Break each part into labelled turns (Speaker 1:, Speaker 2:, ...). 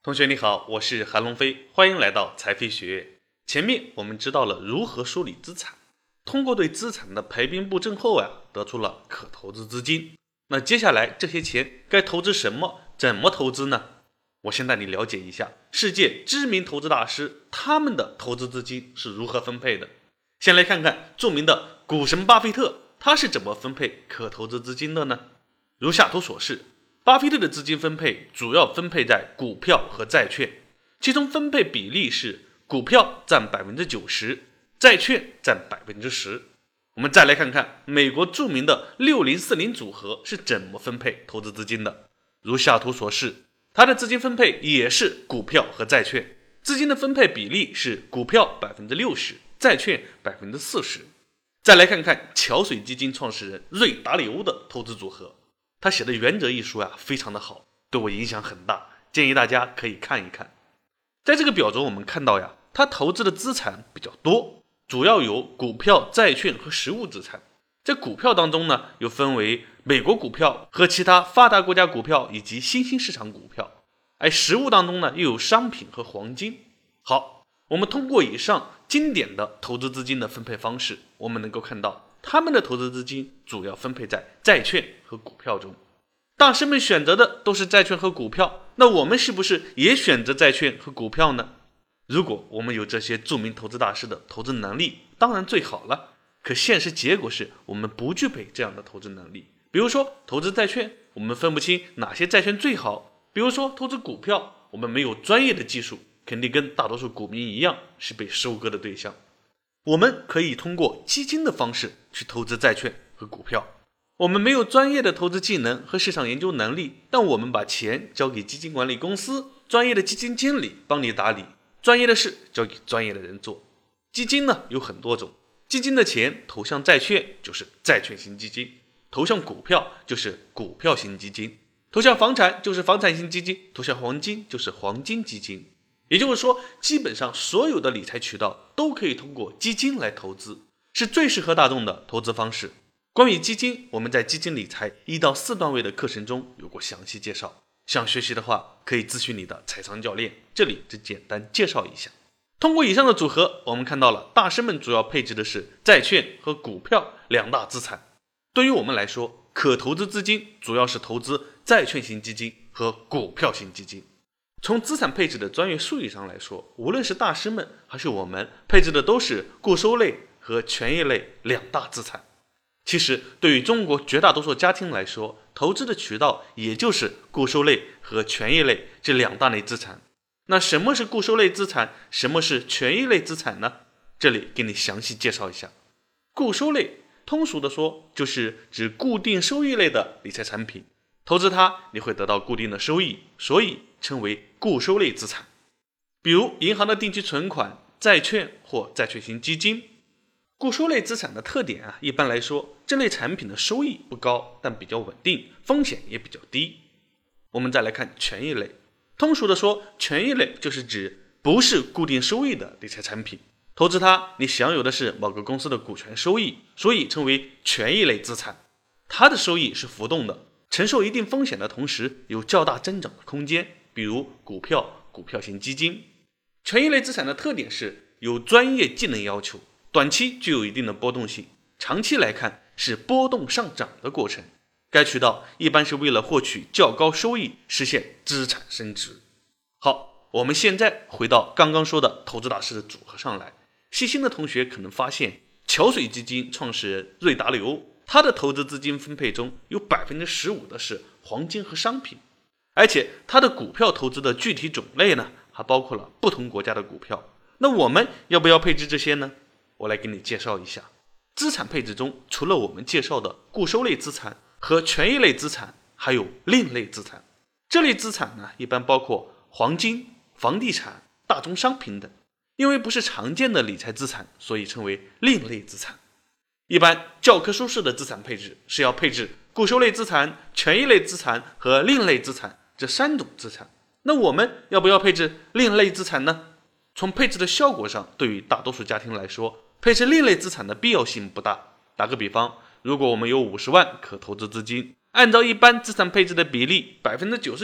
Speaker 1: 同学你好，我是韩龙飞，欢迎来到财飞学院。前面我们知道了如何梳理资产，通过对资产的排兵布阵后得出了可投资资金。那接下来这些钱该投资什么，怎么投资呢？我先带你了解一下世界知名投资大师他们的投资资金是如何分配的。先来看看著名的股神巴菲特，他是怎么分配可投资资金的呢？如下图所示，巴菲特的资金分配主要分配在股票和债券，其中分配比例是股票占 90%， 债券占 10%。 我们再来看看美国著名的6040组合是怎么分配投资资金的。如下图所示，它的资金分配也是股票和债券，资金的分配比例是股票 60%， 债券 40%。 再来看看桥水基金创始人瑞达里欧的投资组合，他写的《原则》一书非常的好，对我影响很大，建议大家可以看一看。在这个表中我们看到他投资的资产比较多，主要有股票、债券和实物资产。在股票当中呢，又分为美国股票和其他发达国家股票以及新兴市场股票，而实物当中呢，又有商品和黄金。好，我们通过以上经典的投资资金的分配方式，我们能够看到他们的投资资金主要分配在债券和股票中。大师们选择的都是债券和股票，那我们是不是也选择债券和股票呢？如果我们有这些著名投资大师的投资能力，当然最好了。可现实结果是我们不具备这样的投资能力。比如说投资债券，我们分不清哪些债券最好；比如说投资股票，我们没有专业的技术，肯定跟大多数股民一样是被收割的对象。我们可以通过基金的方式去投资债券和股票。我们没有专业的投资技能和市场研究能力，但我们把钱交给基金管理公司，专业的基金经理帮你打理，专业的事交给专业的人做。基金呢有很多种，基金的钱投向债券就是债券型基金，投向股票就是股票型基金，投向房产就是房产型基金，投向黄金就是黄金基金。也就是说，基本上所有的理财渠道都可以通过基金来投资，是最适合大众的投资方式。关于基金，我们在基金理财1到4段位的课程中有过详细介绍，想学习的话可以咨询你的财商教练，这里只简单介绍一下。通过以上的组合，我们看到了大师们主要配置的是债券和股票两大资产。对于我们来说，可投资资金主要是投资债券型基金和股票型基金。从资产配置的专业术语上来说，无论是大师们还是我们，配置的都是固收类和权益类两大资产。其实对于中国绝大多数家庭来说，投资的渠道也就是固收类和权益类这两大类资产。那什么是固收类资产，什么是权益类资产呢？这里给你详细介绍一下。固收类通俗的说就是指固定收益类的理财产品，投资它你会得到固定的收益，所以称为固收类资产。比如银行的定期存款、债券或债券型基金。固收类资产的特点一般来说，这类产品的收益不高，但比较稳定，风险也比较低。我们再来看权益类，通俗的说，权益类就是指不是固定收益的理财产品，投资它你享有的是某个公司的股权收益，所以称为权益类资产。它的收益是浮动的，承受一定风险的同时有较大增长的空间，比如股票、股票型基金。权益类资产的特点是有专业技能要求，短期具有一定的波动性，长期来看是波动上涨的过程。该渠道一般是为了获取较高收益，实现资产升值。好，我们现在回到刚刚说的投资大师的组合上来。细心的同学可能发现，桥水基金创始人瑞达里欧，他的投资资金分配中有 15% 的是黄金和商品，而且他的股票投资的具体种类呢，还包括了不同国家的股票。那我们要不要配置这些呢？我来给你介绍一下。资产配置中，除了我们介绍的固收类资产和权益类资产，还有另类资产。这类资产呢，一般包括黄金、房地产、大宗商品等。因为不是常见的理财资产，所以称为另类资产。一般教科书式的资产配置是要配置固收类资产、权益类资产和另类资产这3种资产。那我们要不要配置另类资产呢？从配置的效果上，对于大多数家庭来说，配置另类资产的必要性不大。打个比方，如果我们有50万可投资资金，按照一般资产配置的比例 99%，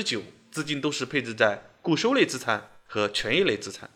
Speaker 1: 资金都是配置在固收类资产和权益类资产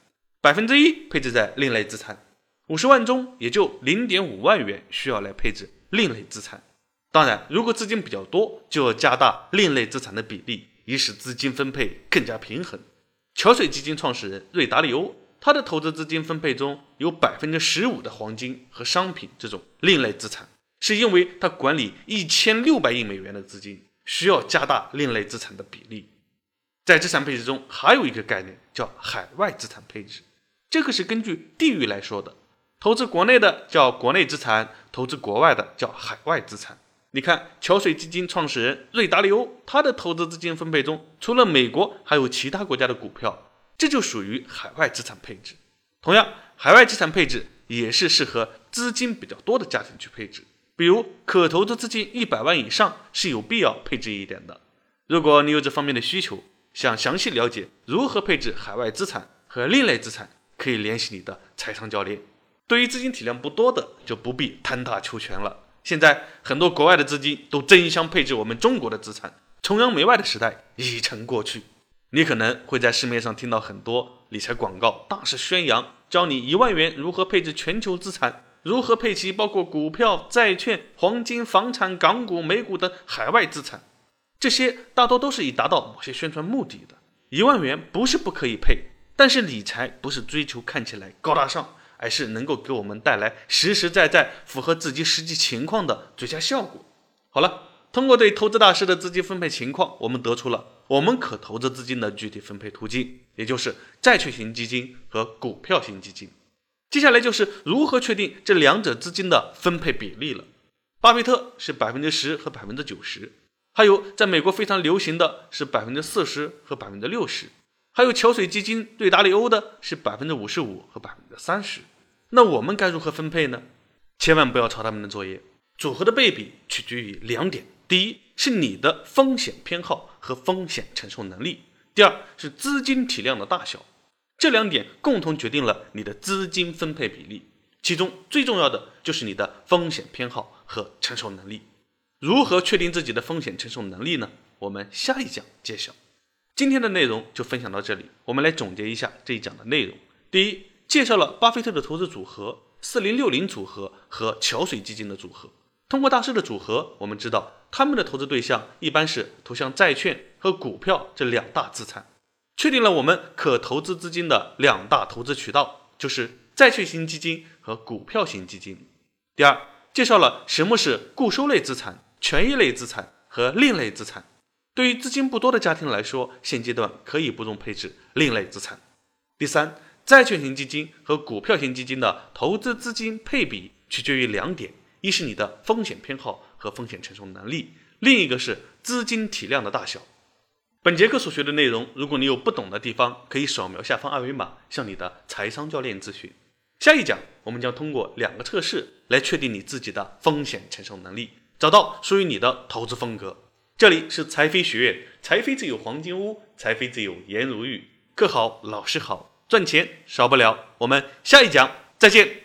Speaker 1: ，1%配置在另类资产，50万中也就0.5万元需要来配置另类资产。当然，如果资金比较多，就要加大另类资产的比例，以使资金分配更加平衡。桥水基金创始人瑞达利欧，他的投资资金分配中有15%的黄金和商品这种另类资产，是因为他管理1600亿美元的资金，需要加大另类资产的比例。在资产配置中还有一个概念叫海外资产配置，这个是根据地域来说的，投资国内的叫国内资产，投资国外的叫海外资产。你看桥水基金创始人瑞达利欧，他的投资资金分配中除了美国还有其他国家的股票，这就属于海外资产配置。同样，海外资产配置也是适合资金比较多的家庭去配置，比如可投资资金100万以上是有必要配置一点的。如果你有这方面的需求，想详细了解如何配置海外资产和另类资产，可以联系你的财商教练。对于资金体量不多的，就不必贪大求全了。现在很多国外的资金都争相配置我们中国的资产，崇洋媚外的时代已成过去。你可能会在市面上听到很多理财广告，大肆宣扬教你1万元如何配置全球资产，如何配齐包括股票、债券、黄金、房产、港股、美股等海外资产。这些大多都是以达到某些宣传目的的。1万元不是不可以配，但是理财不是追求看起来高大上，而是能够给我们带来实实在在符合自己实际情况的最佳效果。好了，通过对投资大师的资金分配情况，我们得出了我们可投资资金的具体分配途径，也就是债券型基金和股票型基金。接下来就是如何确定这两者资金的分配比例了。巴菲特是10%和90%，还有在美国非常流行的是40%和60%，还有桥水基金瑞达利欧的是55%和30%。那我们该如何分配呢？千万不要抄他们的作业。组合的配比取决于2点，第一是你的风险偏好和风险承受能力，第二是资金体量的大小。这2点共同决定了你的资金分配比例，其中最重要的就是你的风险偏好和承受能力。如何确定自己的风险承受能力呢？我们下一讲揭晓。今天的内容就分享到这里，我们来总结一下这一讲的内容。第一，介绍了巴菲特的投资组合、4060组合和桥水基金的组合。通过大师的组合，我们知道他们的投资对象一般是投向债券和股票这2大资产，确定了我们可投资资金的2大投资渠道，就是债券型基金和股票型基金。第二，介绍了什么是固收类资产、权益类资产和另类资产。对于资金不多的家庭来说，现阶段可以不用配置另类资产。第三，债券型基金和股票型基金的投资资金配比取决于2点，一是你的风险偏好和风险承受能力，另一个是资金体量的大小。本节课所学的内容，如果你有不懂的地方，可以扫描下方2维码向你的财商教练咨询。下一讲我们将通过2个测试来确定你自己的风险承受能力，找到属于你的投资风格。这里是财飞学院，财飞自有黄金屋，财飞自有颜如玉。课好，老师好，赚钱少不了。我们下一讲再见。